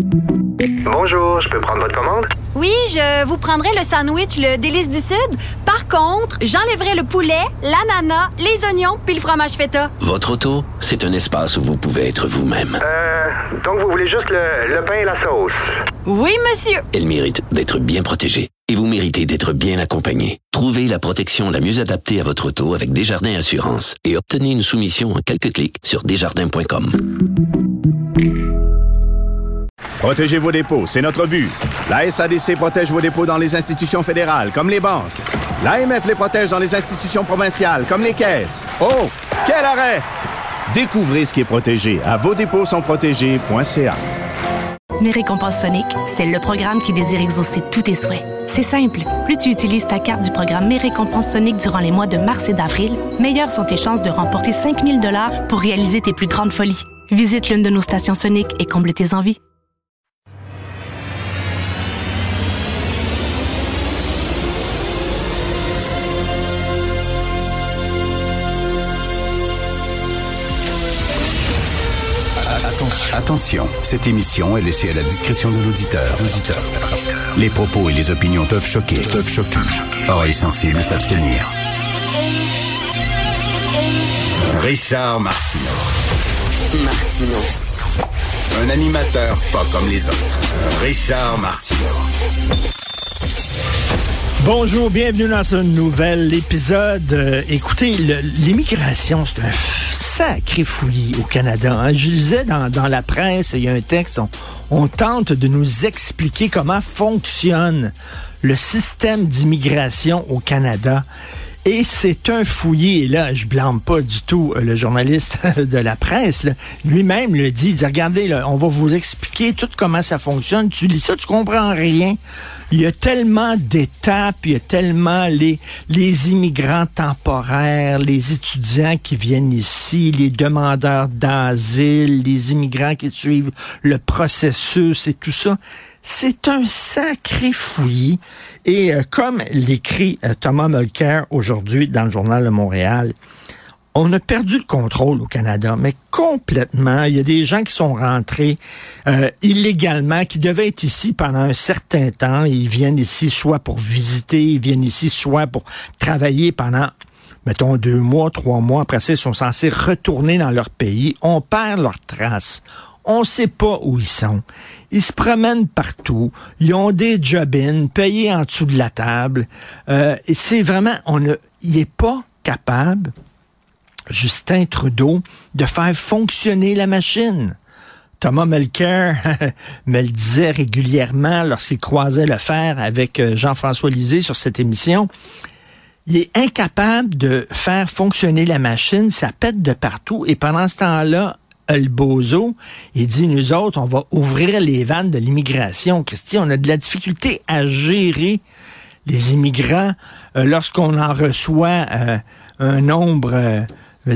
Bonjour, je peux prendre votre commande? Oui, je vous prendrai le sandwich, le délice du Sud. Par contre, j'enlèverai le poulet, l'ananas, les oignons puis le fromage feta. Votre auto, c'est un espace où vous pouvez être vous-même. Donc vous voulez juste le pain et la sauce? Oui, monsieur. Elle mérite d'être bien protégée. Et vous méritez d'être bien accompagné. Trouvez la protection la mieux adaptée à votre auto avec Desjardins Assurance et obtenez une soumission en quelques clics sur desjardins.com. Protégez vos dépôts, c'est notre but. La SADC protège vos dépôts dans les institutions fédérales, comme les banques. L'AMF les protège dans les institutions provinciales, comme les caisses. Oh, quel arrêt! Découvrez ce qui est protégé à vosdépôtssontprotégés.ca. Mes récompenses Sonic, c'est le programme qui désire exaucer tous tes souhaits. C'est simple. Plus tu utilises ta carte du programme Mes récompenses Sonic durant les mois de mars et d'avril, meilleures sont tes chances de remporter 5 000 $ pour réaliser tes plus grandes folies. Visite l'une de nos stations Sonic et comble tes envies. Attention, cette émission est laissée à la discrétion de l'auditeur. Les propos et les opinions peuvent choquer. Oreilles sensibles s'abstenir. Richard Martineau. Un animateur pas comme les autres. Richard Martineau. Bonjour, bienvenue dans ce nouvel épisode. Écoutez, l'immigration, c'est un sacré fouillis au Canada. Hein. Je lisais dans la presse, il y a un texte, on tente de nous expliquer comment fonctionne le système d'immigration au Canada. Et c'est un fouillis. Et là, je blâme pas du tout le journaliste de la presse. Là. Lui-même le dit. Il dit, regardez, là, on va vous expliquer tout comment ça fonctionne. Tu lis ça, tu comprends rien. Il y a tellement d'étapes, il y a tellement les immigrants temporaires, les étudiants qui viennent ici, les demandeurs d'asile, les immigrants qui suivent le processus et tout ça. C'est un sacré fouillis. Et comme l'écrit Thomas Mulcair aujourd'hui dans le Journal de Montréal, on a perdu le contrôle au Canada, mais complètement. Il y a des gens qui sont rentrés illégalement, qui devaient être ici pendant un certain temps. Ils viennent ici soit pour visiter, ils viennent ici soit pour travailler pendant, mettons, 2 mois, 3 mois. Après ça, ils sont censés retourner dans leur pays. On perd leurs traces. On sait pas où ils sont. Ils se promènent partout. Ils ont des job-ins payés en dessous de la table. Et c'est vraiment, il est pas capable, Justin Trudeau, de faire fonctionner la machine. Thomas Mulcair me le disait régulièrement lorsqu'il croisait le fer avec Jean-François Lisée sur cette émission. Il est incapable de faire fonctionner la machine, ça pète de partout. Et pendant ce temps-là, le bozo, il dit, nous autres, on va ouvrir les vannes de l'immigration. Christy, on a de la difficulté à gérer les immigrants lorsqu'on en reçoit un nombre...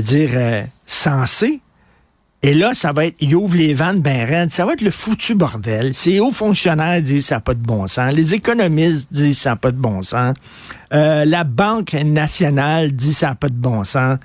sensé. Et là, ça va être, il ouvre les vannes ben raides. Ça va être le foutu bordel. Les hauts fonctionnaires disent ça n'a pas de bon sens. Les économistes disent ça n'a pas de bon sens. La Banque nationale dit ça n'a pas de bon sens.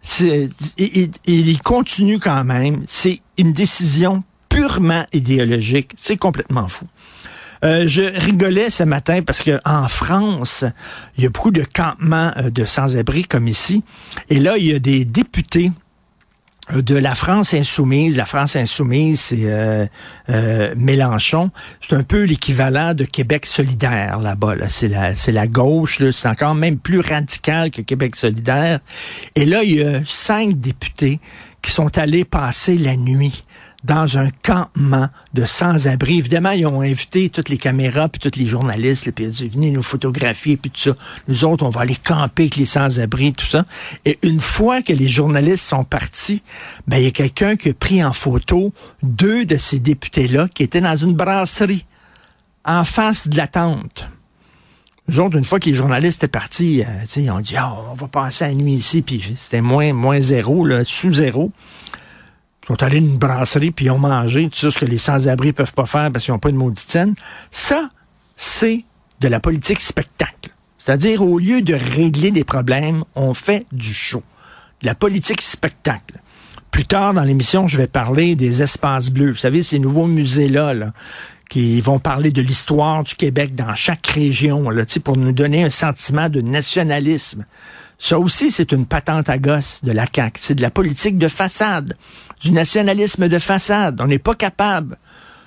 Il continue quand même. C'est une décision purement idéologique. C'est complètement fou. Je rigolais ce matin parce que en France, il y a beaucoup de campements de sans-abri comme ici. Et là, il y a des députés de la France insoumise. La France insoumise, c'est Mélenchon. C'est un peu l'équivalent de Québec solidaire là-bas. Là. C'est la gauche. Là. C'est encore même plus radical que Québec solidaire. Et là, il y a 5 députés qui sont allés passer la nuit dans un campement de sans-abri. Évidemment, ils ont invité toutes les caméras puis tous les journalistes, là, puis ils ont dit, venez nous photographier, puis tout ça. Nous autres, on va aller camper avec les sans-abri, tout ça. Et une fois que les journalistes sont partis, ben il y a quelqu'un qui a pris en photo 2 de ces députés-là qui étaient dans une brasserie en face de la tente. Nous autres, une fois que les journalistes étaient partis, ils ont dit, on va passer la nuit ici, puis c'était moins 0, là, sous 0. Ils sont allés dans une brasserie, puis ils ont mangé, tout ça, ce que les sans-abri peuvent pas faire parce qu'ils n'ont pas de maudite scène. Ça, c'est de la politique spectacle. C'est-à-dire, au lieu de régler des problèmes, on fait du show. De la politique spectacle. Plus tard dans l'émission, je vais parler des espaces bleus. Vous savez, ces nouveaux musées-là, là, qui vont parler de l'histoire du Québec dans chaque région, là, pour nous donner un sentiment de nationalisme. Ça aussi, c'est une patente à gosse de la CAQ. C'est de la politique de façade, du nationalisme de façade. On n'est pas capable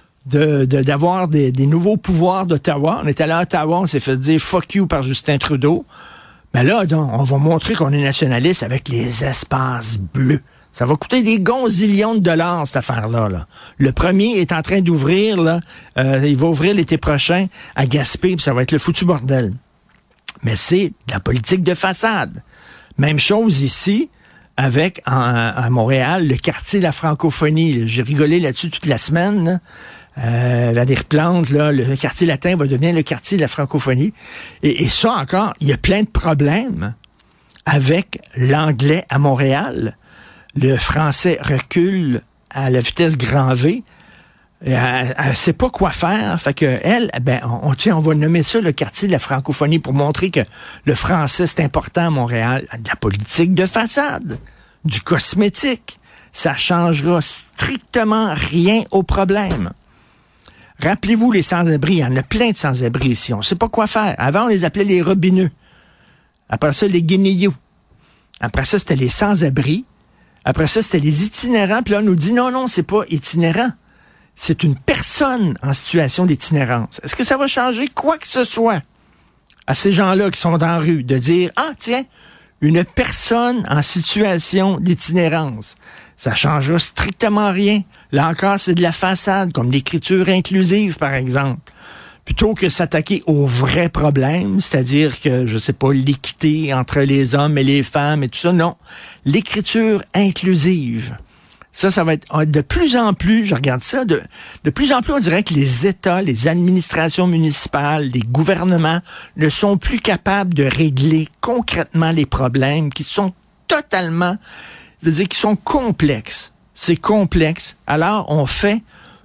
d'avoir des nouveaux pouvoirs d'Ottawa. On est allé à Ottawa, on s'est fait dire « fuck you » par Justin Trudeau. Mais là, donc, on va montrer qu'on est nationaliste avec les espaces bleus. Ça va coûter des gonzillions de dollars, cette affaire-là. Là. Le premier est en train d'ouvrir, là. Il va ouvrir l'été prochain à Gaspé, puis ça va être le foutu bordel. Mais c'est de la politique de façade. Même chose ici, avec, à Montréal, le quartier de la francophonie. Là. J'ai rigolé là-dessus toute la semaine, là. Valérie Plante, là, le quartier latin va devenir le quartier de la francophonie. Et ça encore, il y a plein de problèmes avec l'anglais à Montréal. Le français recule à la vitesse grand V. Elle sait pas quoi faire. Fait que elle, on va nommer ça le quartier de la francophonie pour montrer que le français, c'est important à Montréal. De la politique de façade, du cosmétique. Ça changera strictement rien au problème. Rappelez-vous les sans-abri. Il y en a plein de sans-abri ici. On sait pas quoi faire. Avant, on les appelait les robineux. Après ça, les guinéos. Après ça, c'était les sans-abri. Après ça, c'était les itinérants. Puis là, on nous dit, non, c'est pas itinérant. C'est une personne en situation d'itinérance. Est-ce que ça va changer quoi que ce soit à ces gens-là qui sont dans la rue de dire, ah, tiens, une personne en situation d'itinérance? Ça changera strictement rien. Là encore, c'est de la façade, comme l'écriture inclusive, par exemple. Plutôt que s'attaquer aux vrais problèmes, c'est-à-dire que, je sais pas, l'équité entre les hommes et les femmes et tout ça, non. L'écriture inclusive. Ça va être de plus en plus, je regarde ça, de plus en plus, on dirait que les États, les administrations municipales, les gouvernements ne sont plus capables de régler concrètement les problèmes qui sont totalement, je veux dire, qui sont complexes. C'est complexe. Alors, on fait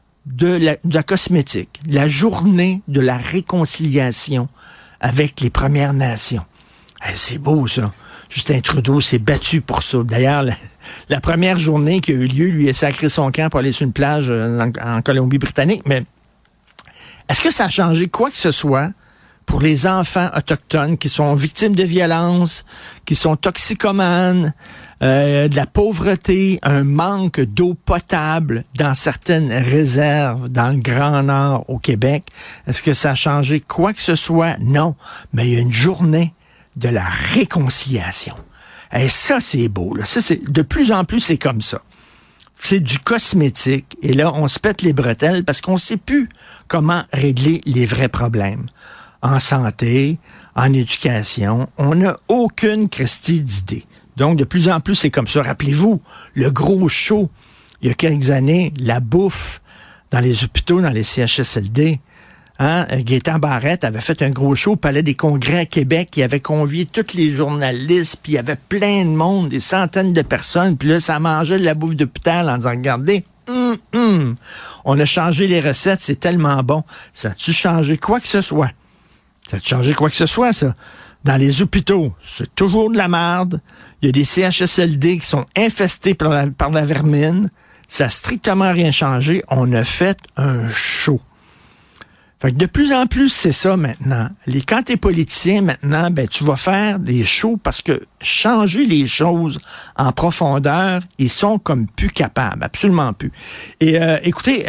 de la cosmétique, la journée de la réconciliation avec les Premières Nations. C'est beau, ça. Justin Trudeau s'est battu pour ça. D'ailleurs, la première journée qui a eu lieu, lui a sacré son camp pour aller sur une plage en Colombie-Britannique. Mais est-ce que ça a changé quoi que ce soit pour les enfants autochtones qui sont victimes de violences, qui sont toxicomanes, de la pauvreté, un manque d'eau potable dans certaines réserves dans le Grand Nord au Québec? Est-ce que ça a changé quoi que ce soit? Non. Mais il y a une journée de la réconciliation. Et ça, c'est beau. Là. Ça, de plus en plus, c'est comme ça. C'est du cosmétique. Et là, on se pète les bretelles parce qu'on ne sait plus comment régler les vrais problèmes. En santé, en éducation, on n'a aucune Christie d'idée. Donc, de plus en plus, c'est comme ça. Rappelez-vous, le gros show, il y a quelques années, la bouffe dans les hôpitaux, dans les CHSLD. Gaétan Barrette avait fait un gros show au Palais des Congrès à Québec. Il avait convié tous les journalistes, puis il y avait plein de monde, des centaines de personnes. Puis là, ça mangeait de la bouffe d'hôpital en disant, regardez, on a changé les recettes, c'est tellement bon. Ça a-tu changé quoi que ce soit? Ça a changé quoi que ce soit, ça? Dans les hôpitaux, c'est toujours de la merde. Il y a des CHSLD qui sont infestés par la vermine. Ça n'a strictement rien changé. On a fait un show. Fait que de plus en plus, c'est ça maintenant. Quand t'es politicien maintenant, tu vas faire des shows parce que changer les choses en profondeur, ils sont comme plus capables, absolument plus. Et écoutez,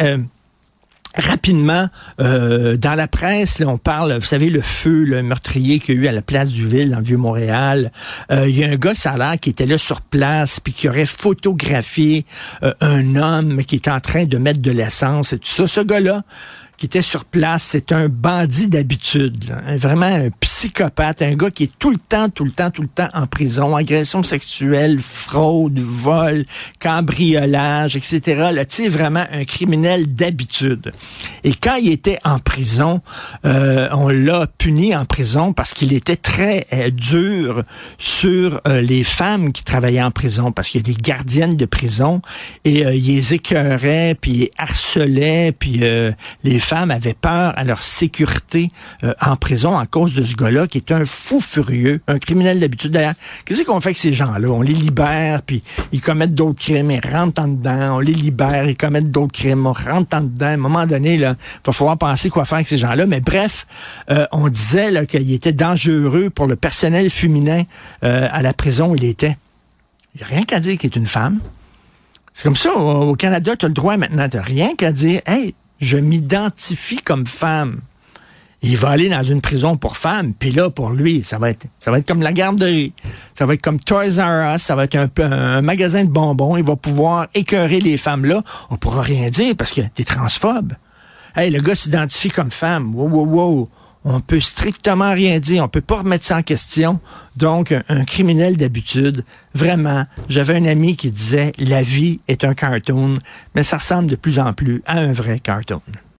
rapidement, dans la presse, là, on parle, vous savez, le feu, le meurtrier qu'il y a eu à la place du Ville, dans le Vieux-Montréal. Il y a un gars, ça a l'air, qui était là sur place, puis qui aurait photographié un homme qui est en train de mettre de l'essence et tout ça. Ce gars-là, qui était sur place, c'est un bandit d'habitude, là. Vraiment un psychopathe, un gars qui est tout le temps en prison, agression sexuelle, fraude, vol, cambriolage, etc. Là, tu sais, vraiment un criminel d'habitude. Et quand il était en prison, on l'a puni en prison parce qu'il était très dur sur les femmes qui travaillaient en prison, parce qu'il y a des gardiennes de prison, et il les écœurait, puis il les harcelait, puis les femmes avaient peur à leur sécurité en prison à cause de ce gars-là qui est un fou furieux, un criminel d'habitude. D'ailleurs, qu'est-ce qu'on fait avec ces gens-là? On les libère, puis ils commettent d'autres crimes, ils rentrent en dedans. On les libère, ils commettent d'autres crimes, on rentre en dedans. À un moment donné, là, il va falloir penser quoi faire avec ces gens-là. Mais bref, on disait là, qu'il était dangereux pour le personnel féminin à la prison où il était. Il n'y a rien qu'à dire qu'il est une femme. C'est comme ça, au Canada, tu as le droit maintenant, tu n'as rien qu'à dire « Hey, je m'identifie comme femme ». Il va aller dans une prison pour femmes, puis là, pour lui, ça va être comme la garderie, ça va être comme Toys R Us, ça va être un magasin de bonbons, il va pouvoir écœurer les femmes-là. On pourra rien dire parce que t'es transphobe. Hey, le gars s'identifie comme femme, wow. On peut strictement rien dire, on peut pas remettre ça en question. Donc, un criminel d'habitude, vraiment, j'avais un ami qui disait « La vie est un cartoon », mais ça ressemble de plus en plus à un vrai cartoon.